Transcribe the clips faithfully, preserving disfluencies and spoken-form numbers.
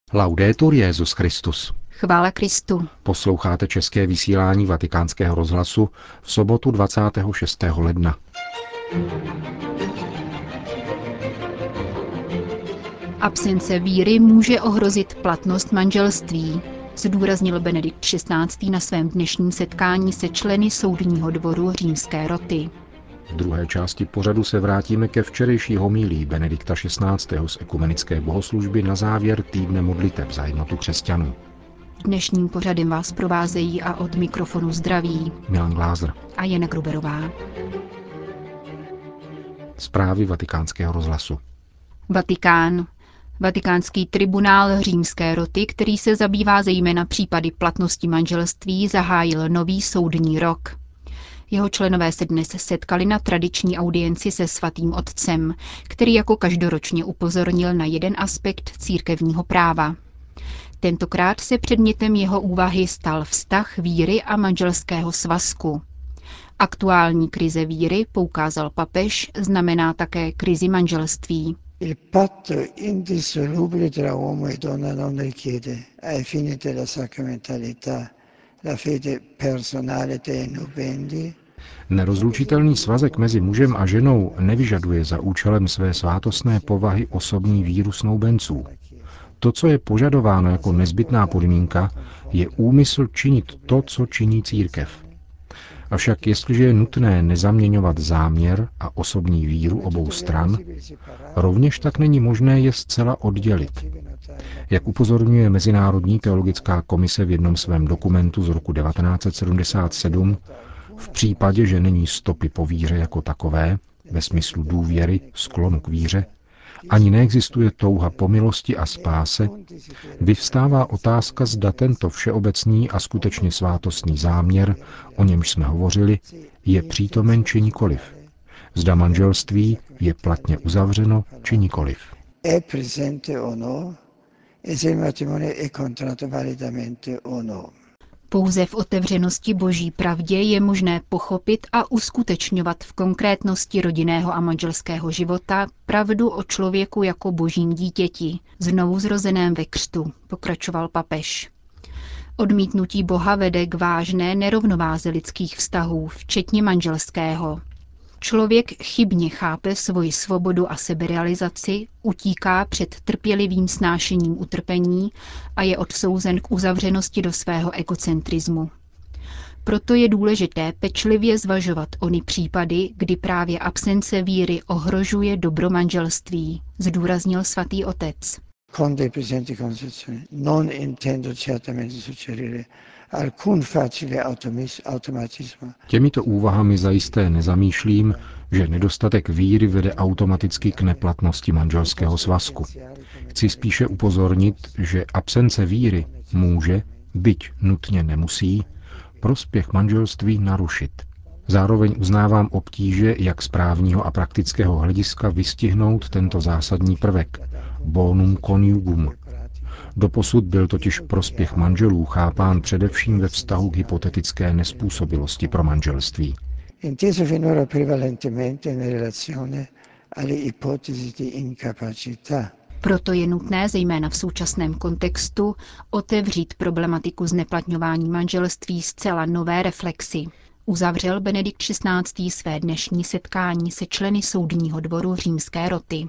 Laudetur Jesus Christus. Chvála Kristu. Posloucháte české vysílání Vatikánského rozhlasu v sobotu dvacátého šestého ledna. Absence víry může ohrozit platnost manželství, zdůraznil Benedikt šestnáctý na svém dnešním setkání se členy Soudního dvoru Římské roty. V druhé části pořadu se vrátíme ke včerejší homílii Benedikta šestnáctého z ekumenické bohoslužby na závěr týdne modliteb za jednotu křesťanů. Dnešním pořadem vás provázejí a od mikrofonu zdraví Milan Glázer a Jana Gruberová. Zprávy Vatikánského rozhlasu. Vatikán. Vatikánský tribunál Římské roty, který se zabývá zejména případy platnosti manželství, zahájil nový soudní rok. Jeho členové se dnes setkali na tradiční audienci se svatým otcem, který jako každoročně upozornil na jeden aspekt církevního práva. Tentokrát se předmětem jeho úvahy stal vztah víry a manželského svazku. Aktuální krize víry, poukázal papež, znamená také krizi manželství. Il patto indissolubile tra uomo e donna non richiede, ai fini della sacramentalità, la fede personale dei nubendi. Nerozlučitelný svazek mezi mužem a ženou nevyžaduje za účelem své svátostné povahy osobní víru snoubenců. To, co je požadováno jako nezbytná podmínka, je úmysl činit to, co činí církev. Avšak jestliže je nutné nezaměňovat záměr a osobní víru obou stran, rovněž tak není možné je zcela oddělit. Jak upozorňuje Mezinárodní teologická komise v jednom svém dokumentu z roku devatenáct set sedmdesát sedm, v případě, že není stopy po víře jako takové, ve smyslu důvěry, sklonu k víře, ani neexistuje touha po milosti a spáse, vyvstává otázka, zda tento všeobecný a skutečně svátostný záměr, o němž jsme hovořili, je přítomen či nikoliv. Zda manželství je platně uzavřeno či nikoliv. Pouze v otevřenosti Boží pravdě je možné pochopit a uskutečňovat v konkrétnosti rodinného a manželského života pravdu o člověku jako božím dítěti, znovu zrozeném ve křtu, pokračoval papež. Odmítnutí Boha vede k vážné nerovnováze lidských vztahů, včetně manželského. Člověk chybně chápe svoji svobodu a seberealizaci, utíká před trpělivým snášením utrpení a je odsouzen k uzavřenosti do svého egocentrizmu. Proto je důležité pečlivě zvažovat ony případy, kdy právě absence víry ohrožuje dobro manželství, zdůraznil svatý otec. Těmito úvahami zajisté nezamýšlím, že nedostatek víry vede automaticky k neplatnosti manželského svazku. Chci spíše upozornit, že absence víry může, byť nutně nemusí, prospěch manželství narušit. Zároveň uznávám obtíže, jak z právního a praktického hlediska vystihnout tento zásadní prvek, bonum conjugum. Doposud byl totiž prospěch manželů chápán především ve vztahu k hypotetické nezpůsobilosti pro manželství. Proto je nutné, zejména v současném kontextu, otevřít problematiku zneplatňování manželství zcela nové reflexi. Uzavřel Benedikt šestnáctý své dnešní setkání se členy Soudního dvoru Římské roty.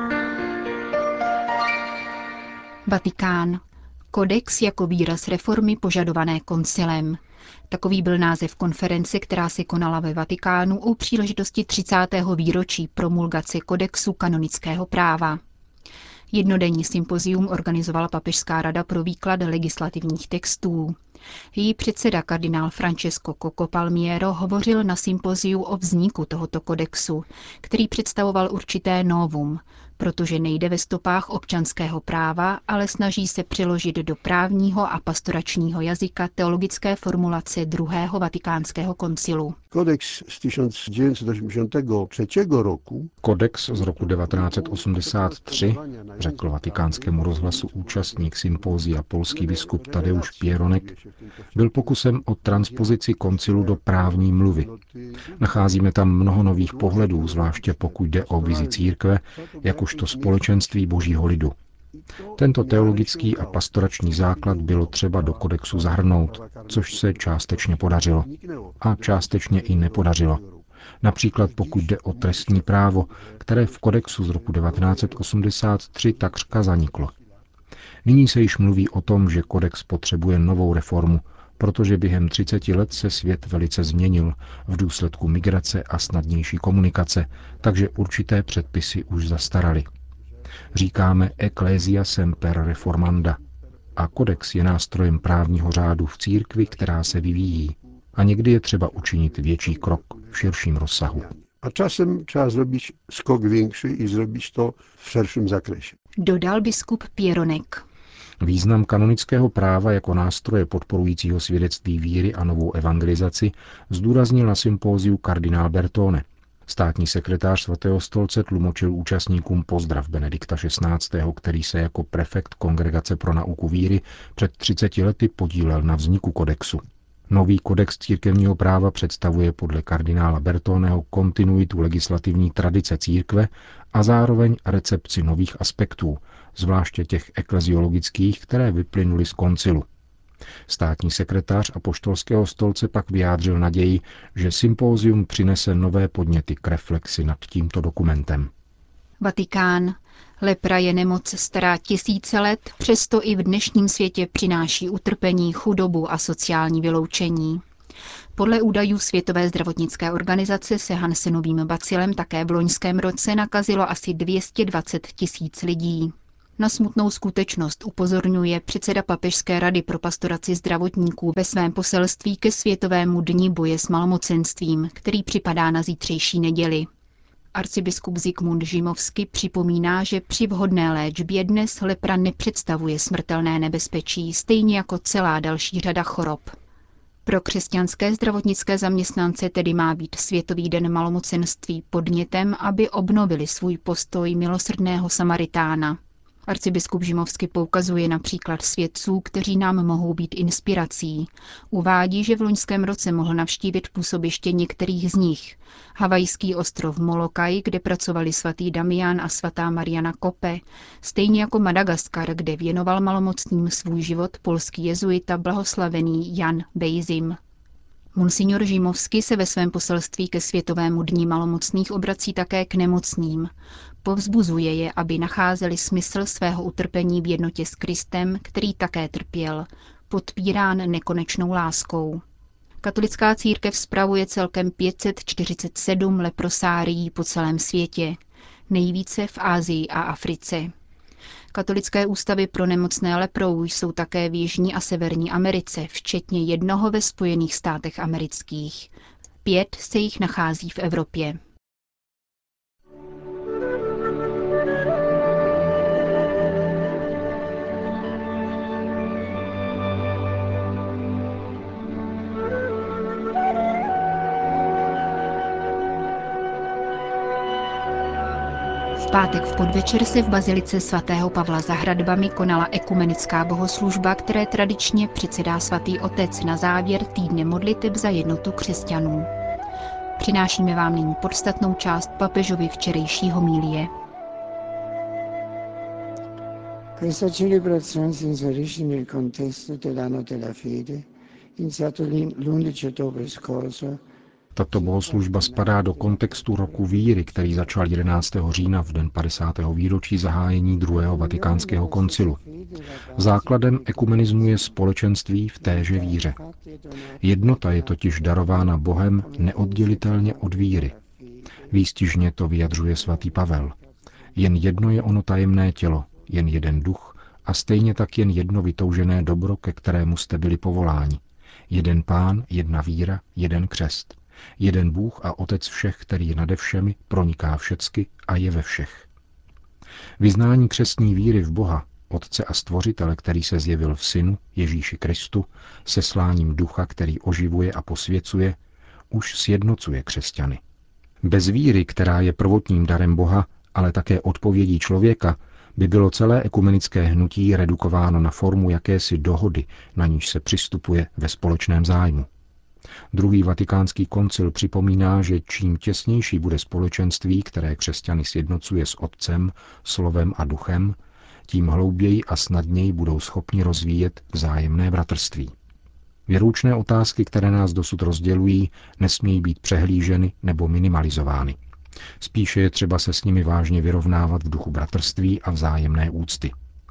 Vatikán. Kodex jako výraz reformy požadované koncilem. Takový byl název konference, která se konala ve Vatikánu u příležitosti třicátého výročí promulgace kodexu kanonického práva. Jednodenní sympozium organizovala Papežská rada pro výklad legislativních textů. Její předseda kardinál Francesco Coco Palmiero hovořil na sympoziu o vzniku tohoto kodexu, který představoval určité novum, protože nejde ve stopách občanského práva, ale snaží se přeložit do právního a pastoračního jazyka teologické formulace druhého vatikánského koncilu. Kodex z tysiąc dziewięćset osiemdziesiątego trzeciego roku, Kodex z roku devatenáct set osmdesát tři, řekl Vatikánskému rozhlasu účastník sympózia polský biskup Tadeusz Pieronek, byl pokusem o transpozici koncilu do právní mluvy. Nacházíme tam mnoho nových pohledů, zvláště pokud jde o vizi církve, jakožto společenství božího lidu. Tento teologický a pastorační základ bylo třeba do kodexu zahrnout, což se částečně podařilo. A částečně i nepodařilo. Například pokud jde o trestní právo, které v kodexu z roku devatenáct set osmdesát tři takřka zaniklo. Nyní se již mluví o tom, že kodex potřebuje novou reformu, protože během třiceti let se svět velice změnil v důsledku migrace a snadnější komunikace, takže určité předpisy už zastaraly. Říkáme Ecclesia semper reformanda a kodex je nástrojem právního řádu v církvi, která se vyvíjí. A někdy je třeba učinit větší krok v širším rozsahu. A časem třeba zrobiť skok większy i zrobiť to v širším zakresie. Dodal biskup Pieronek. Význam kanonického práva jako nástroje podporujícího svědectví víry a novou evangelizaci zdůraznil na sympóziu kardinál Bertone. Státní sekretář svatého stolce tlumočil účastníkům pozdrav Benedikta šestnáctého., který se jako prefekt Kongregace pro nauku víry před třiceti lety podílel na vzniku kodexu. Nový kodex církevního práva představuje podle kardinála Bertoneho kontinuitu legislativní tradice církve a zároveň recepci nových aspektů, zvláště těch ekleziologických, které vyplynuly z koncilu. Státní sekretář apoštolského stolce pak vyjádřil naději, že sympózium přinese nové podněty k reflexi nad tímto dokumentem. Vatikán. Lepra je nemoc stará tisíce let, přesto i v dnešním světě přináší utrpení, chudobu a sociální vyloučení. Podle údajů Světové zdravotnické organizace se Hansenovým bacilem také v loňském roce nakazilo asi dvě stě dvacet tisíc lidí. Na smutnou skutečnost upozorňuje předseda Papežské rady pro pastoraci zdravotníků ve svém poselství ke Světovému dni boje s malmocenstvím, který připadá na zítřejší neděli. Arcibiskup Zikmund Žimovsky připomíná, že při vhodné léčbě dnes lepra nepředstavuje smrtelné nebezpečí, stejně jako celá další řada chorob. Pro křesťanské zdravotnické zaměstnance tedy má být Světový den malomocenství podnětem, aby obnovili svůj postoj milosrdného Samaritána. Arcibiskup Žimovsky poukazuje na příklad svědců, kteří nám mohou být inspirací. Uvádí, že v loňském roce mohl navštívit působiště některých z nich. Havajský ostrov Molokai, kde pracovali svatý Damián a svatá Mariana Kope, stejně jako Madagaskar, kde věnoval malomocným svůj život polský jezuita blahoslavený Jan Bejzim. Monsignor Žimovsky se ve svém poselství ke Světovému dni malomocných obrací také k nemocným. Povzbuzuje je, aby nacházeli smysl svého utrpení v jednotě s Kristem, který také trpěl, podpírán nekonečnou láskou. Katolická církev spravuje celkem pět set čtyřicet sedm leprosárií po celém světě, nejvíce v Asii a Africe. Katolické ústavy pro nemocné leprou jsou také v Jižní a Severní Americe, včetně jednoho ve Spojených státech amerických. Pět se jich nachází v Evropě. V pátek v podvečer se v bazilice svatého Pavla za hradbami konala ekumenická bohoslužba, které tradičně předsedá svatý otec na závěr týdne modliteb za jednotu křesťanů. Přinášíme vám nyní podstatnou část papežovy včerejší homilie. Questa celebrazione si inserisce nel contesto dell'anno della fede, iniziato l'undici ottobre scorso. Tato bohoslužba spadá do kontextu roku víry, který začal jedenáctého října v den padesátého výročí zahájení druhého vatikánského koncilu. Základem ekumenismu je společenství v téže víře. Jednota je totiž darována Bohem neoddělitelně od víry. Výstižně to vyjadřuje svatý Pavel. Jen jedno je ono tajemné tělo, jen jeden duch a stejně tak jen jedno vytoužené dobro, ke kterému jste byli povoláni. Jeden Pán, jedna víra, jeden křest. Jeden Bůh a Otec všech, který je nade všemi, proniká všecky a je ve všech. Vyznání křestní víry v Boha, Otce a Stvořitele, který se zjevil v Synu, Ježíši Kristu, sesláním Ducha, který oživuje a posvěcuje, už sjednocuje křesťany. Bez víry, která je prvotním darem Boha, ale také odpovědí člověka, by bylo celé ekumenické hnutí redukováno na formu jakési dohody, na níž se přistupuje ve společném zájmu. Druhý vatikánský koncil připomíná, že čím těsnější bude společenství, které křesťany sjednocuje s Otcem, Slovem a Duchem, tím hlouběji a snadněji budou schopni rozvíjet vzájemné bratrství. Věroučné otázky, které nás dosud rozdělují, nesmějí být přehlíženy nebo minimalizovány. Spíše je třeba se s nimi vážně vyrovnávat v duchu bratrství a vzájemné úcty.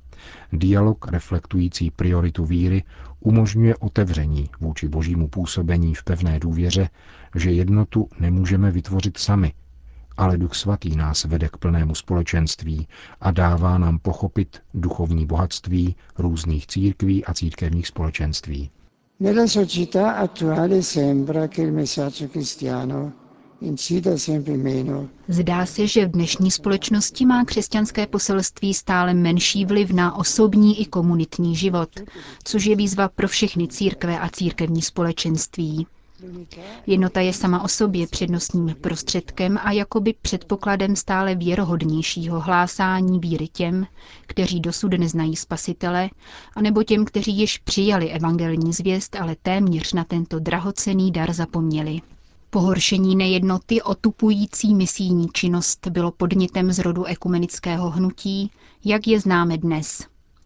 Dialog reflektující prioritu víry umožňuje otevření vůči božímu působení v pevné důvěře, že jednotu nemůžeme vytvořit sami, ale Duch Svatý nás vede k plnému společenství a dává nám pochopit duchovní bohatství různých církví a církevních společenství. Nella società attuale sembra che il messaggio cristiano incida sempre meno. Zdá se, že v dnešní společnosti má křesťanské poselství stále menší vliv na osobní i komunitní život, což je výzva pro všechny církve a církevní společenství. Jednota je sama o sobě přednostním prostředkem a jakoby předpokladem stále věrohodnějšího hlásání víry těm, kteří dosud neznají Spasitele, anebo těm, kteří již přijali evangelní zvěst, ale téměř na tento drahocenný dar zapomněli. Pohoršení nejednoty, otupující misijní činnost bylo podnětem zrodu ekumenického hnutí, jak je známe dnes.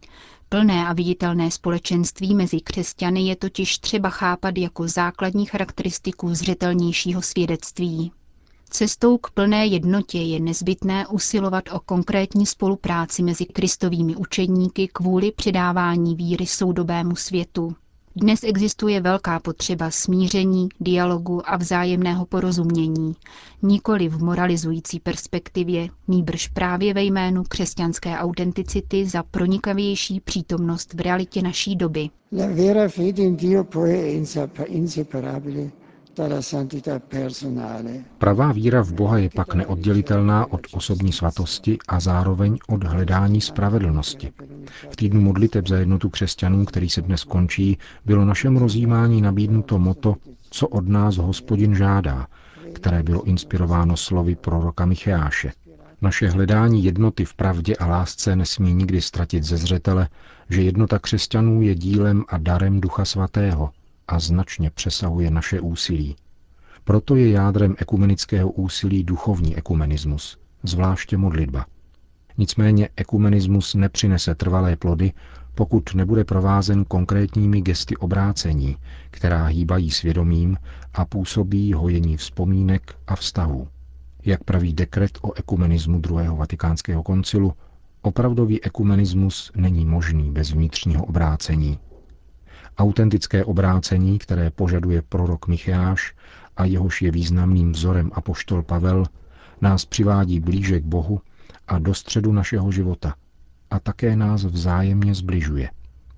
Plné a viditelné společenství mezi křesťany je totiž třeba chápat jako základní charakteristiku zřetelnějšího svědectví. Cestou k plné jednotě je nezbytné usilovat o konkrétní spolupráci mezi kristovými učedníky kvůli předávání víry soudobému světu. Dnes existuje velká potřeba smíření, dialogu a vzájemného porozumění, nikoli v moralizující perspektivě, nýbrž právě ve jménu křesťanské autenticity za pronikavější přítomnost v realitě naší doby. La vera fede in Dio poi è inseparabile dalla santità personale. Pravá víra v Boha je pak neoddělitelná od osobní svatosti a zároveň od hledání spravedlnosti. V týdnu modliteb za jednotu křesťanů, který se dnes končí, bylo našemu rozjímání nabídnuto motto Co od nás Hospodin žádá, které bylo inspirováno slovy proroka Micheáše. Naše hledání jednoty v pravdě a lásce nesmí nikdy ztratit ze zřetele, že jednota křesťanů je dílem a darem Ducha Svatého a značně přesahuje naše úsilí. Proto je jádrem ekumenického úsilí duchovní ekumenismus, zvláště modlitba. Nicméně ekumenismus nepřinese trvalé plody, pokud nebude provázen konkrétními gesty obrácení, která hýbají svědomím a působí hojení vzpomínek a vztahů. Jak praví dekret o ekumenismu druhého vatikánského koncilu, opravdový ekumenismus není možný bez vnitřního obrácení. Autentické obrácení, které požaduje prorok Micheáš a jehož je významným vzorem apoštol Pavel, nás přivádí blíže k Bohu a do středu našeho života a také nás vzájemně zbližuje.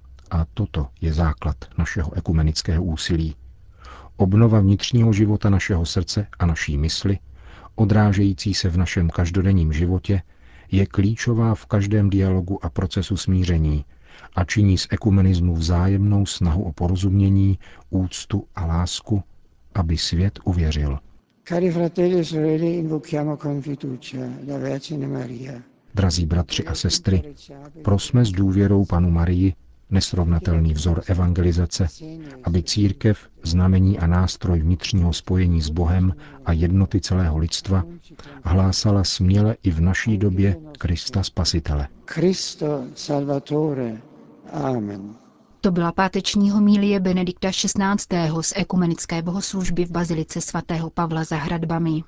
A toto je základ našeho ekumenického úsilí. Obnova vnitřního života našeho srdce a naší mysli, odrážející se v našem každodenním životě, je klíčová v každém dialogu a procesu smíření a činí z ekumenismu vzájemnou snahu o porozumění, úctu a lásku, aby svět uvěřil. Cari fratelli e sorelle, invochiamo con fiducia la Vergine Maria. Drazí bratři a sestry, prosme s důvěrou Panu Marii, nesrovnatelný vzor evangelizace, aby církev, znamení a nástroj vnitřního spojení s Bohem a jednoty celého lidstva, hlásala směle i v naší době Krista Spasitele. Cristo Salvatore. Amen. To byla páteční homilie Benedikta šestnáctého. z ekumenické bohoslužby v bazilice svatého Pavla za hradbami.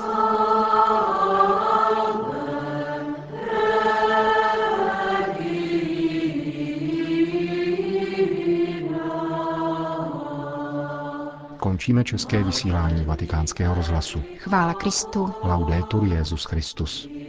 Končíme české vysílání Vatikánského rozhlasu. Chvála Kristu. Laudetur Jesus Christus.